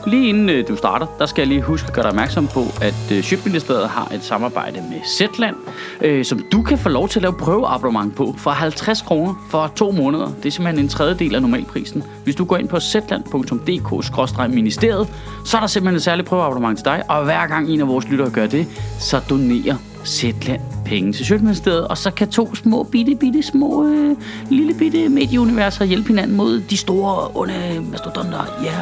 lige inden du starter, der skal jeg lige huske at gøre dig opmærksom på, at Sjøtministeriet har et samarbejde med Zetland, som du kan få lov til at lave prøveabonnement på for 50 kroner for 2 måneder. Det er simpelthen en tredjedel af normalprisen. Hvis du går ind på zetland.dk/ministeriet, så er der simpelthen et særligt prøveabonnement til dig, og hver gang en af vores lyttere gør det, så donerer Zetland penge til Sjøtministeriet, og så kan 2 små små lille bitte medieuniverser hjælpe hinanden mod de store onde mastodonter. Yeah.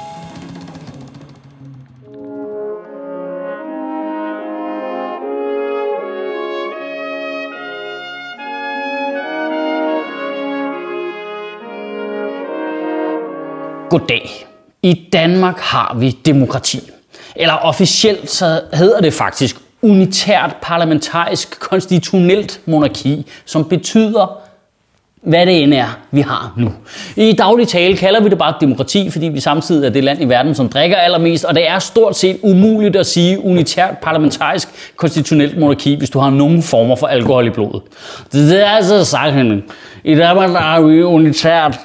Goddag. I Danmark har vi demokrati. Eller officielt så hedder det faktisk unitært parlamentarisk konstitutionelt monarki, som betyder, hvad det end er, vi har nu. I daglig tale kalder vi det bare demokrati, fordi vi samtidig er det land i verden, som drikker allermest, og det er stort set umuligt at sige unitært parlamentarisk konstitutionelt monarki, hvis du har nogen former for alkohol i blodet. Det er altså sagt, Henning. I Danmark har vi unitært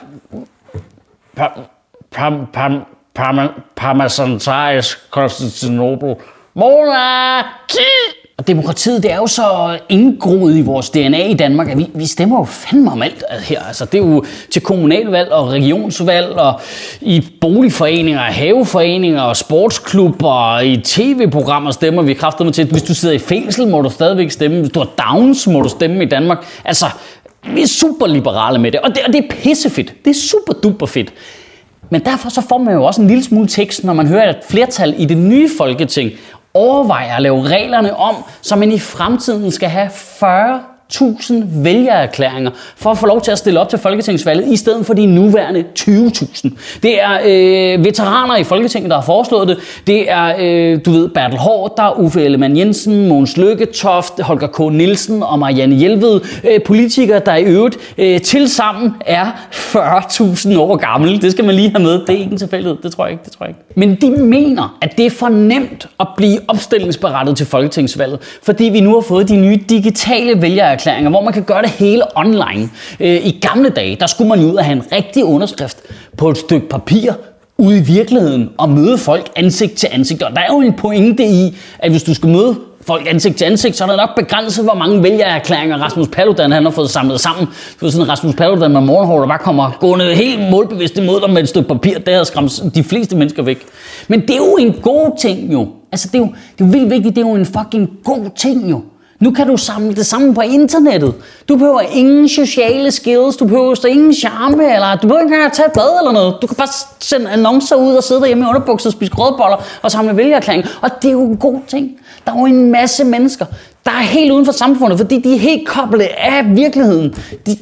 parlamentarisk konstitutionelt monarki. Og demokratiet, det er jo så indgroet i vores DNA i Danmark, at vi stemmer jo fandme om alt her. Altså, det er jo til kommunalvalg og regionsvalg, og i boligforeninger, haveforeninger og sportsklubber, og i tv-programmer stemmer vi kraftedeme til. Hvis du sidder i fængsel, må du stadigvæk stemme. Hvis du har Downs, må du stemme i Danmark. Altså, vi er super liberale med det, og det er pissefedt. Det er super duper fedt. Men derfor så får man jo også en lille smule tekst, når man hører et flertal i det nye Folketing overvejer at lave reglerne om, så man i fremtiden skal have 40.000 vælgererklæringer for at få lov til at stille op til folketingsvalget, i stedet for de nuværende 20.000. Det er veteraner i Folketinget, der har foreslået det. Det er, Bertel Haarder, Uffe Ellemann-Jensen, Mogens Lykketoft, Holger K. Nielsen og Marianne Jelved. Politikere, der i øvrigt tilsammen er 40.000 år gamle. Det skal man lige have med. Det er ikke en tilfældighed. Det tror jeg ikke. Men de mener, at det er for nemt at blive opstillingsberettiget til folketingsvalget, fordi vi nu har fået de nye digitale vælgererklæringer, hvor man kan gøre det hele online. I gamle dage, der skulle man ud og have en rigtig underskrift på et stykke papir ude i virkeligheden og møde folk ansigt til ansigt. Og der er jo en pointe i, at hvis du skal møde folk ansigt til ansigt, så er der nok begrænset, hvor mange vælgererklæringer Rasmus Paludan han har fået samlet sammen. Det var sådan Rasmus Paludan med morgenhår, der bare kommer gående helt målbevidst imod dig med et stykke papir. Det har skræmt de fleste mennesker væk. Men det er jo en god ting jo. Altså det er jo vildt vigtigt, det er jo en fucking god ting jo. Nu kan du samle det sammen på internettet. Du behøver ingen sociale skills, du behøver ingen charme, eller du behøver ikke engang at tage et bad eller noget. Du kan bare sende annoncer ud og sidde derhjemme i underbukser og spise grødboller og samle vælgererklæringer. Og det er jo en god ting. Der er jo en masse mennesker, der er helt uden for samfundet, fordi de er helt koblet af virkeligheden.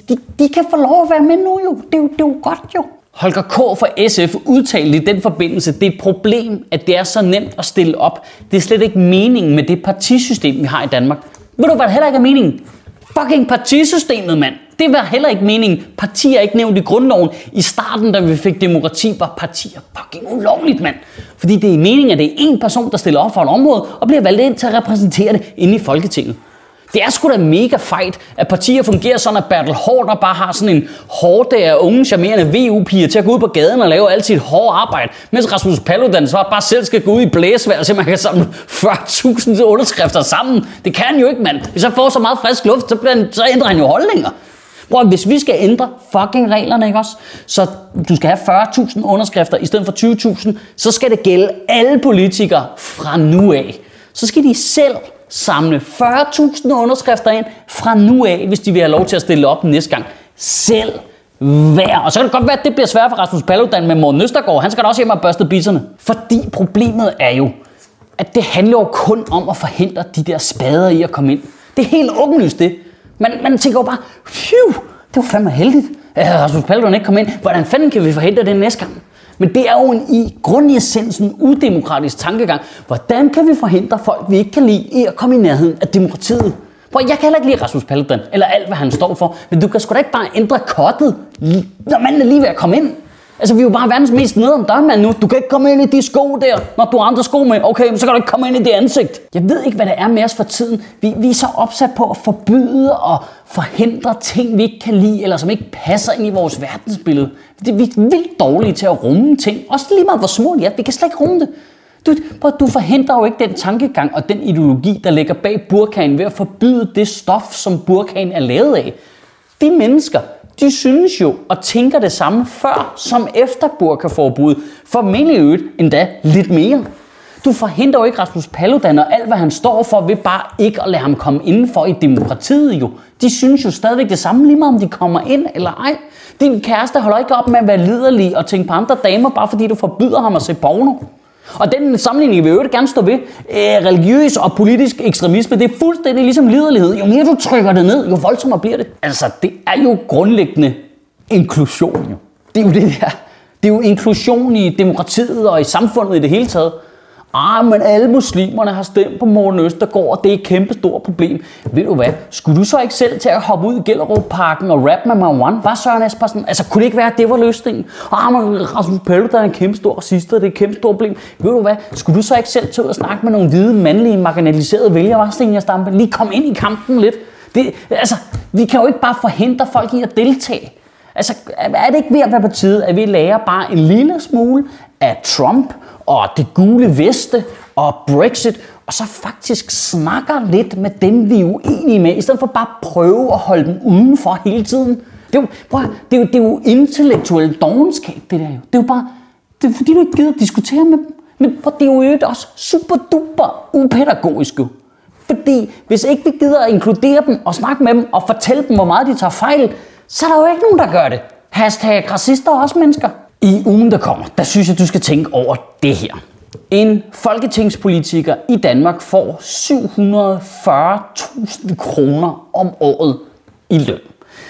De kan få lov at være med nu jo. Det er jo godt jo. Holger K. fra SF udtalte i den forbindelse, det er et problem, at det er så nemt at stille op. Det er slet ikke meningen med det partisystem, vi har i Danmark. Ved du, hvad der heller ikke er meningen? Fucking partisystemet, mand. Det var heller ikke meningen. Partier er ikke nævnt i grundloven. I starten, da vi fik demokrati, var partier fucking ulovligt, mand. Fordi det er meningen, at det er en person, der stiller op for et område og bliver valgt ind til at repræsentere det inde i Folketinget. Det er sgu da mega fejt, at partier fungerer sådan, at Bertel Haarder bare har sådan en hårde af unge, charmerende VU-piger til at gå ud på gaden og lave alt sit hårde arbejde, mens Rasmus Paludan så bare selv skal gå ud i blæsvejr, så man kan samle 40.000 underskrifter sammen. Det kan han jo ikke, mand. Hvis han får så meget frisk luft, så ændrer han jo holdninger. Bror, hvis vi skal ændre fucking reglerne, ikke også? Så du skal have 40.000 underskrifter i stedet for 20.000, så skal det gælde alle politikere fra nu af. Så skal de selv samle 40.000 underskrifter ind fra nu af, hvis de vil have lov til at stille op næste gang. Selv hver. Og så kan det godt være, at det bliver svært for Rasmus Paludan med Morten Østergaard. Han skal da også hjem og børste bisserne. Fordi problemet er jo, at det handler jo kun om at forhindre de der spader i at komme ind. Det er helt åbenlyst det. Man tænker jo bare, det var fandme heldigt, at Rasmus Paludan ikke kom ind. Hvordan fanden kan vi forhindre det næste gang? Men det er jo i grundessensen udemokratisk tankegang. Hvordan kan vi forhindre folk, vi ikke kan lide, i at komme i nærheden af demokratiet? Prøv, jeg kan heller ikke lide Rasmus Paludan, eller alt, hvad han står for. Men du kan sgu da ikke bare ændre kottet, når man er lige ved at komme ind. Altså, vi er jo bare verdens mest nederen dørmand nu. Du kan ikke komme ind i de sko der, når du har andre sko med. Okay, men så kan du ikke komme ind i det ansigt. Jeg ved ikke, hvad det er med os for tiden. Vi er så opsat på at forbyde og forhindre ting, vi ikke kan lide, eller som ikke passer ind i vores verdensbillede. Vi er vildt dårlige til at rumme ting. Også lige meget, hvor små de er. Vi kan slet ikke rumme det. Du forhindrer jo ikke den tankegang og den ideologi, der ligger bag burkaen ved at forbyde det stof, som burkaen er lavet af. De mennesker, de synes jo og tænker det samme før som efter burkaforbuddet. Formentlig øget endda lidt mere. Du forhindrer jo ikke Rasmus Paludan og alt, hvad han står for, ved bare ikke at lade ham komme indenfor i demokratiet jo. De synes jo stadigvæk det samme, lige meget om de kommer ind eller ej. Din kæreste holder ikke op med at være liderlig og tænke på andre damer, bare fordi du forbyder ham at se porno. Og den sammenligning vil jeg jo gerne stå ved. Religiøs og politisk ekstremisme, det er fuldstændig ligesom liderlighed. Jo mere du trykker det ned, jo voldsommere bliver det. Altså, det er jo grundlæggende inklusion jo. Det er jo det der. Det er jo inklusion i demokratiet og i samfundet i det hele taget. Men alle muslimerne har stemt på Morten Østergaard, og det er et kæmpe stort problem. Ved du hvad? Skulle du så ikke selv til at hoppe ud i Gellerupparken og rappe med Marwan? Var Søren Espersen? Altså, kunne det ikke være, at det var løsningen? Men Rasmus Paludan er en kæmpe stor racist, og det er et kæmpe stort problem. Ved du hvad? Skulle du så ikke selv tage ud og snakke med nogle hvide, mandlige, marginaliserede vælgere? Var Sten Stampe? Lige kom ind i kampen lidt. Vi kan jo ikke bare forhindre folk i at deltage. Altså, er det ikke ved at være på tide, at vi lærer bare en lille smule af Trump og det gule veste og Brexit, og så faktisk snakker lidt med dem, vi er uenige med, i stedet for bare at prøve at holde dem udenfor hele tiden. Det er jo intellektuel dovenskab, det der jo. Det er jo bare, det er fordi, du ikke gider at diskutere med dem. Men det er jo også super duper upædagogisk jo. Fordi hvis ikke vi gider at inkludere dem og snakke med dem og fortælle dem, hvor meget de tager fejl, så er der jo ikke nogen, der gør det. #racister er også mennesker. I ugen, der kommer, der synes jeg, du skal tænke over det her. En folketingspolitiker i Danmark får 740.000 kroner om året i løn.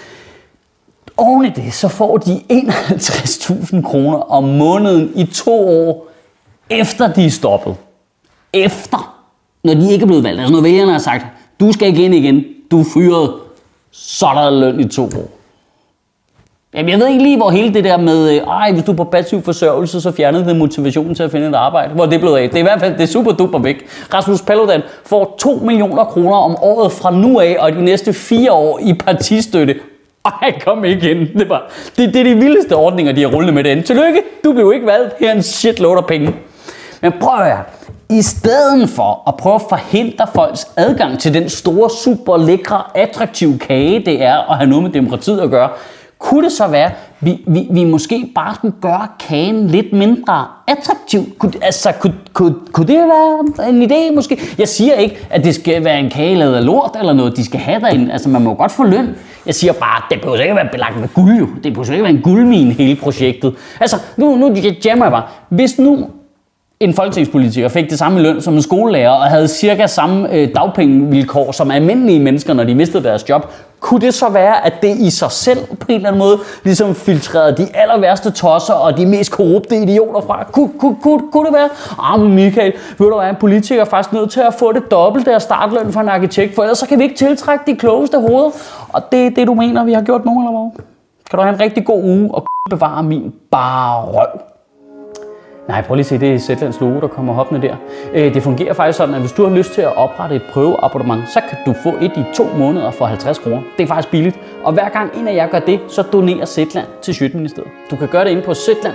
Oven i det, så får de 51.000 kroner om måneden i 2 år, efter de er stoppet. Efter, når de ikke er blevet valgt. Altså når vælgerne har sagt, du skal ikke ind igen, du er fyret, så er der løn i 2 år. Jamen, jeg ved ikke lige, hvor hele det der med, hvis du er på passiv forsørgelse, så fjernede det motivationen til at finde et arbejde. Hvor det blev af. Det er i hvert fald, det er super duper væk. Rasmus Paludan får 2 millioner kroner om året fra nu af, og de næste 4 år i partistøtte. Og han kom ikke ind. Det er de vildeste ordninger, de har rullet med den. Tillykke, du blev ikke valgt. Her er en shitload af penge. Men prøv at høre. I stedet for at prøve at forhindre folks adgang til den store, super lækre, attraktive kage, det er at have noget med demokratiet at gøre, kunne det så være, vi måske bare skulle gøre kagen lidt mindre attraktiv? Kunne det være en idé måske? Jeg siger ikke, at det skal være en kage lavet af lort eller noget, de skal have derinde. Altså, man må godt få løn. Jeg siger bare, det behøver ikke være belagt med guld jo. Det behøver ikke være en guldmine hele projektet. Altså, nu jammer jeg bare. Hvis nu en folketingspolitiker fik det samme løn som en skolelærer og havde cirka samme dagpengevilkår som almindelige mennesker, når de mistede deres job, kunne det så være, at det i sig selv på en eller anden måde ligesom filtrerede de aller værste tosser og de mest korrupte idioter fra? Kunne det være? Men Michael, ved du hvad, en politiker er faktisk nødt til at få det dobbelte af startløn for en arkitekt, for ellers så kan vi ikke tiltrække de klogeste hoveder. Og det er det, du mener, vi har gjort nu, eller hvad? Kan du have en rigtig god uge og bevare min bare røv? Nej, prøv lige at se, det er Zetlands logo, der kommer hoppende der. Det fungerer faktisk sådan, at hvis du har lyst til at oprette et prøveabonnement, så kan du få et i 2 måneder for 50 kroner. Det er faktisk billigt. Og hver gang en af jer gør det, så donerer Zetland til Sjøtministeriet. Du kan gøre det inde på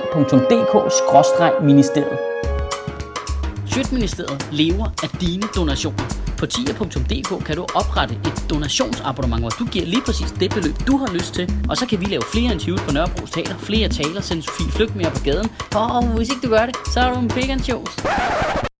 zetland.dk/ministeriet. Sjøtministeriet lever af dine donationer. På tier.dk kan du oprette et donationsabonnement, hvor du giver lige præcis det beløb, du har lyst til. Og så kan vi lave flere interviews på Nørrebro Teater, flere taler, sende Sofie Flygt mere på gaden. Og hvis ikke du gør det, så er du en vegan shows.